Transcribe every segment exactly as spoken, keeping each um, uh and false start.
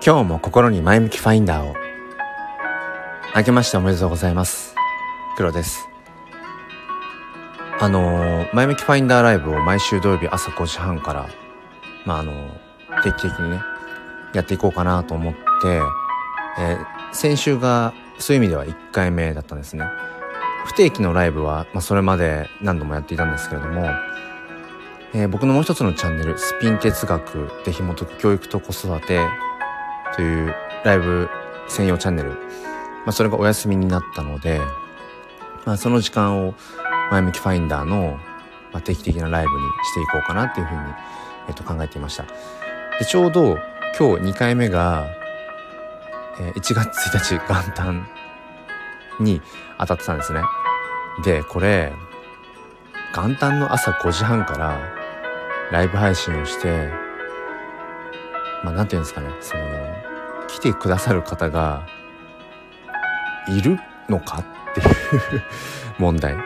今日も心に前向きファインダーを。明けましておめでとうございます。黒です。あのー、前向きファインダーライブを毎週土曜日朝ごじはんからまああのー、定期的にねやっていこうかなと思って、えー、先週がそういう意味ではいっかいめだったんですね。不定期のライブは、まあ、それまで何度もやっていたんですけれども、えー、僕のもう一つのチャンネルスピン哲学で紐解く教育と子育てというライブ専用チャンネル、まあ、それがお休みになったので、まあ、その時間を前向きファインダーの、まあ、定期的なライブにしていこうかなっていうふうに、えっと、考えていました。でちょうど今日にかいめが、えー、いちがつついたち元旦に当たってたんですね。でこれ元旦の朝ごじはんからライブ配信をして、まあなんていうんですかね、その来てくださる方がいるのかっていう問題、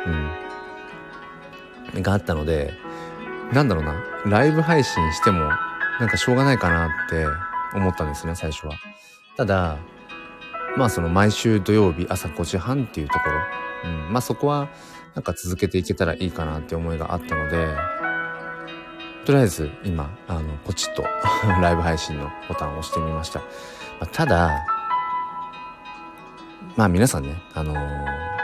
うん、があったので、なんだろうな、ライブ配信してもなんかしょうがないかなって思ったんですね、最初は。ただまあその毎週土曜日朝ごじはんっていうところ、うん、まあそこはなんか続けていけたらいいかなって思いがあったので、とりあえず今あのポチッとライブ配信のボタンを押してみました。まあ、ただまあ皆さんね、あのー、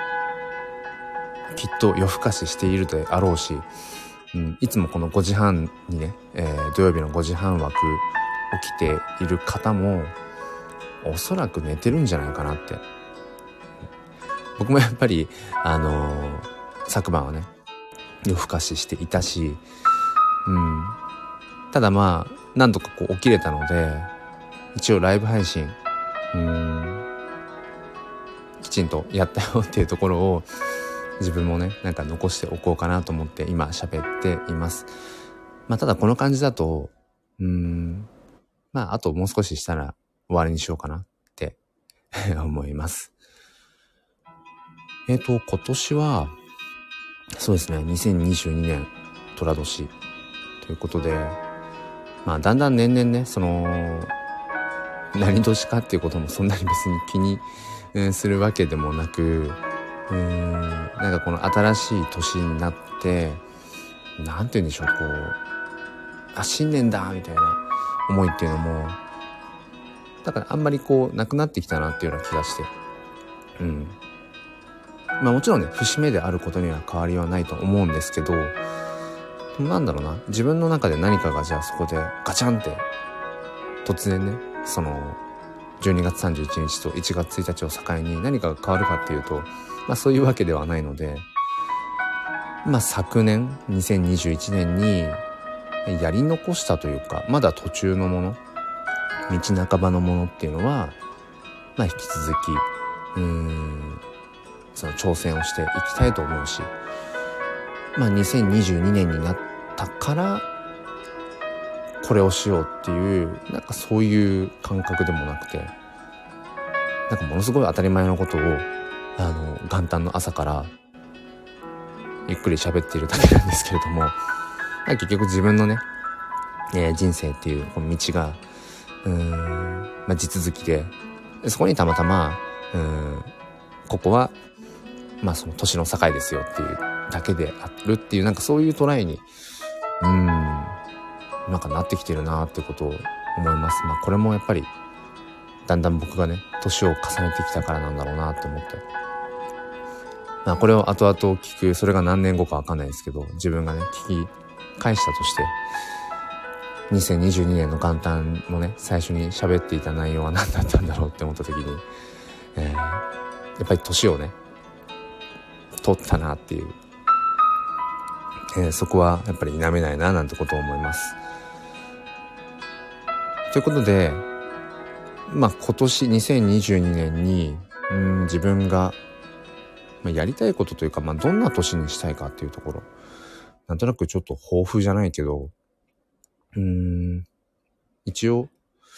きっと夜更かししているであろうし、うん、いつもこのごじはんにね、えー、土曜日のごじはん枠起きている方もおそらく寝てるんじゃないかなって。僕もやっぱりあのー、昨晩はね夜更かししていたし、うん、ただまあなんとかこう起きれたので、一応ライブ配信うーんきちんとやったよっていうところを自分もねなんか残しておこうかなと思って今喋っています。まあただこの感じだとうーんまああともう少ししたら終わりにしようかなって思います。えっと今年はそうですねにせんにじゅうにねん寅年ということで、まあだんだん年々ねその何年かっていうこともそんなに別に気に、うん、するわけでもなく、うーんなんかこの新しい年になってなんて言うんでしょう、こうあ新年だみたいな思いっていうのもだからあんまりこうなくなってきたなっていうような気がして、うんまあもちろんね節目であることには変わりはないと思うんですけど、なんだろうな、自分の中で何かがじゃあそこでガチャンって突然ねそのじゅうにがつさんじゅういちにちといちがつついたちを境に何かが変わるかっていうと、まあそういうわけではないので、まあ昨年にせんにじゅういちねんにやり残したというかまだ途中のもの、道半ばのものっていうのはまあ引き続きうーんその挑戦をしていきたいと思うし、まあにせんにじゅうにねんになったからこれをしようっていうなんかそういう感覚でもなくて、なんかものすごい当たり前のことをあの元旦の朝からゆっくり喋っているだけなんですけれども、結局自分のね、えー、人生っていうこの道がうーん、まあ、地続きで、そこにたまたまうーんここはまあその年の境ですよっていうだけであるっていう、なんかそういうトライにうーんなんかなってきてるなってことを思います。まあこれもやっぱりだんだん僕がね年を重ねてきたからなんだろうなって思って、まあこれを後々聞く、それが何年後かわかんないですけど、自分がね聞き返したとしてにせんにじゅうにねんの元旦のね最初に喋っていた内容は何だったんだろうって思った時に、えー、やっぱり年をね取ったなっていう、えー、そこはやっぱり否めないななんてことを思います。ということでまあ今年にせんにじゅうにねんにうん自分が、まあ、やりたいことというか、まあ、どんな年にしたいかっていうところ、なんとなくちょっと抱負じゃないけどうーん一応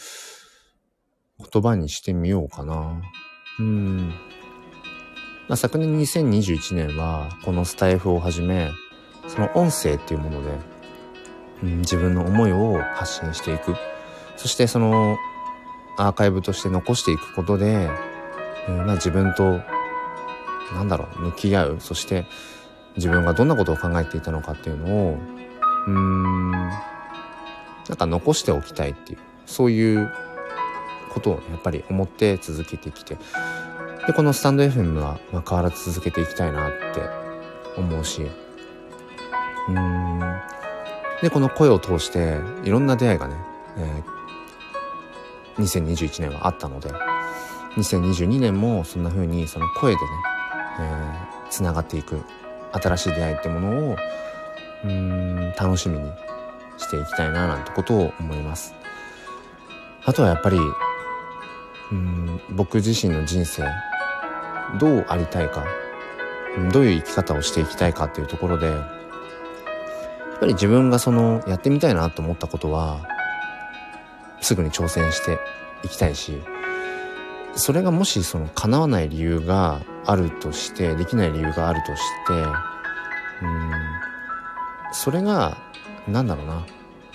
言葉にしてみようかな。うーん、まあ、昨年にせんにじゅういちねんはこのスタイフをはじめその音声っていうもので、うん、自分の思いを発信していく、そしてそのアーカイブとして残していくことで、うん、まあ自分となんだろう向き合う、そして自分がどんなことを考えていたのかっていうのをうーんなんか残しておきたいっていう、そういうことをやっぱり思って続けてきて、でこのスタンド エフエム は、まあ、変わらず続けていきたいなって思うし、うーんでこの声を通していろんな出会いがね、えー、にせんにじゅういちねんはあったので、にせんにじゅうにねんもそんな風にその声でね、えー、つながっていく新しい出会いってものをうーん楽しみにしていきたいななんてことを思います。あとはやっぱりうーん僕自身の人生どうありたいか、どういう生き方をしていきたいかっていうところで、やっぱり自分がそのやってみたいなと思ったことはすぐに挑戦していきたいし、それがもしその叶わない理由があるとして、できない理由があるとして、うーんそれがなんだろうな、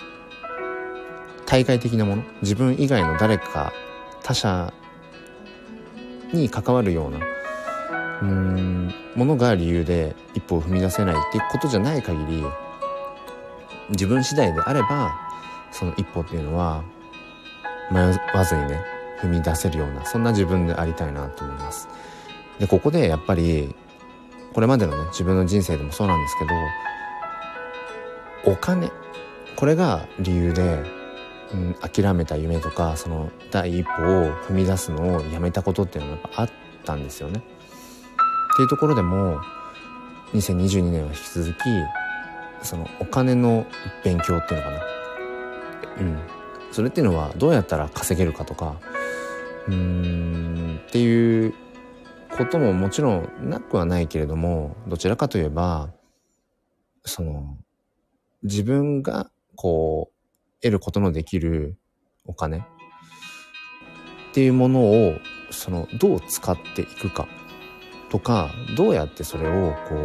対外的なもの、自分以外の誰か他者に関わるようなうーんものが理由で一歩を踏み出せないっていうことじゃない限り、自分次第であればその一歩っていうのは迷わずにね踏み出せるような、そんな自分でありたいなと思います。でここでやっぱりこれまでのね自分の人生でもそうなんですけど、お金、これが理由で、うん、諦めた夢とかその第一歩を踏み出すのをやめたことっていうのもやっぱあったんですよね。っていうところでもにせんにじゅうにねんは引き続きそのお金の勉強っていうのかな、うんそれっていうのはどうやったら稼げるかとかうーんっていうことももちろんなくはないけれども、どちらかといえばその自分がこう得ることのできるお金っていうものをそのどう使っていくかとか、どうやってそれをこ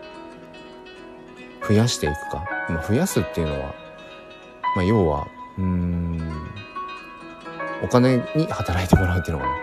う増やしていくか、まあ、増やすっていうのは、まあ、要はうーんお金に働いてもらうっていうのかな、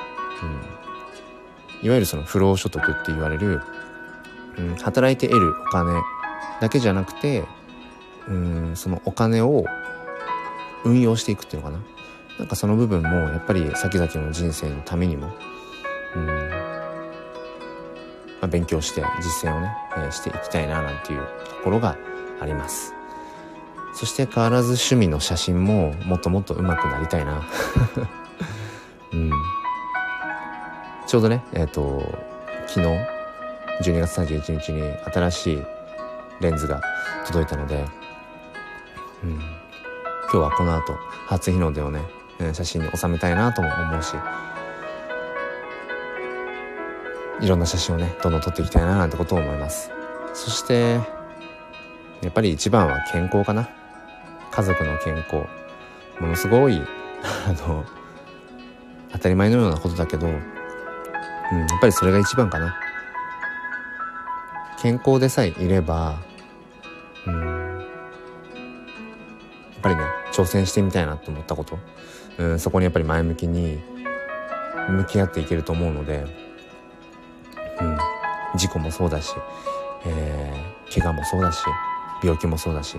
うん、いわゆるその不労所得って言われる、うん、働いて得るお金だけじゃなくて、うん、そのお金を運用していくっていうのかな、なんかその部分もやっぱり先々の人生のためにも、うんまあ、勉強して実践をね、えー、していきたいななんていうところがあります。そして変わらず趣味の写真ももっともっと上手くなりたいな、うん、ちょうどねえっと昨日じゅうにがつさんじゅういちにちに新しいレンズが届いたので、うん、今日はこの後初日の出をね写真に収めたいなとも思うし、いろんな写真をねどんどん撮っていきたいななんてことを思います。そしてやっぱり一番は健康かな。家族の健康、ものすごいあの当たり前のようなことだけど、うん、やっぱりそれが一番かな。健康でさえいれば、うん、やっぱりね挑戦してみたいなと思ったこと、うん、そこにやっぱり前向きに向き合っていけると思うので、うん、事故もそうだし、えー、怪我もそうだし、病気もそうだし、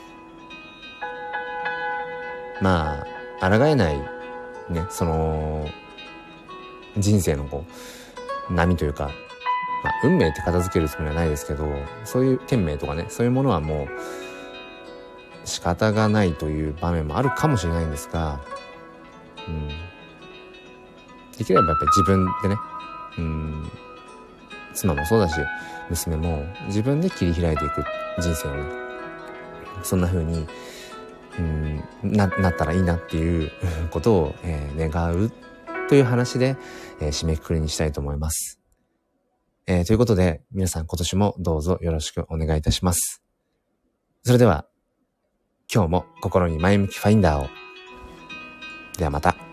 まあ抗えないねその人生のこう波というか、まあ、運命って片付けるつもりはないですけど、そういう天命とかねそういうものはもう仕方がないという場面もあるかもしれないんですが、うん、できればやっぱり自分でね、うん、妻もそうだし娘も自分で切り開いていく人生をね、そんな風に、うん、な, なったらいいなっていうことを、えー、願うという話で、えー、締めくくりにしたいと思います、えー、ということで皆さん今年もどうぞよろしくお願いいたします。それでは今日も心に前向きファインダーを。ではまた。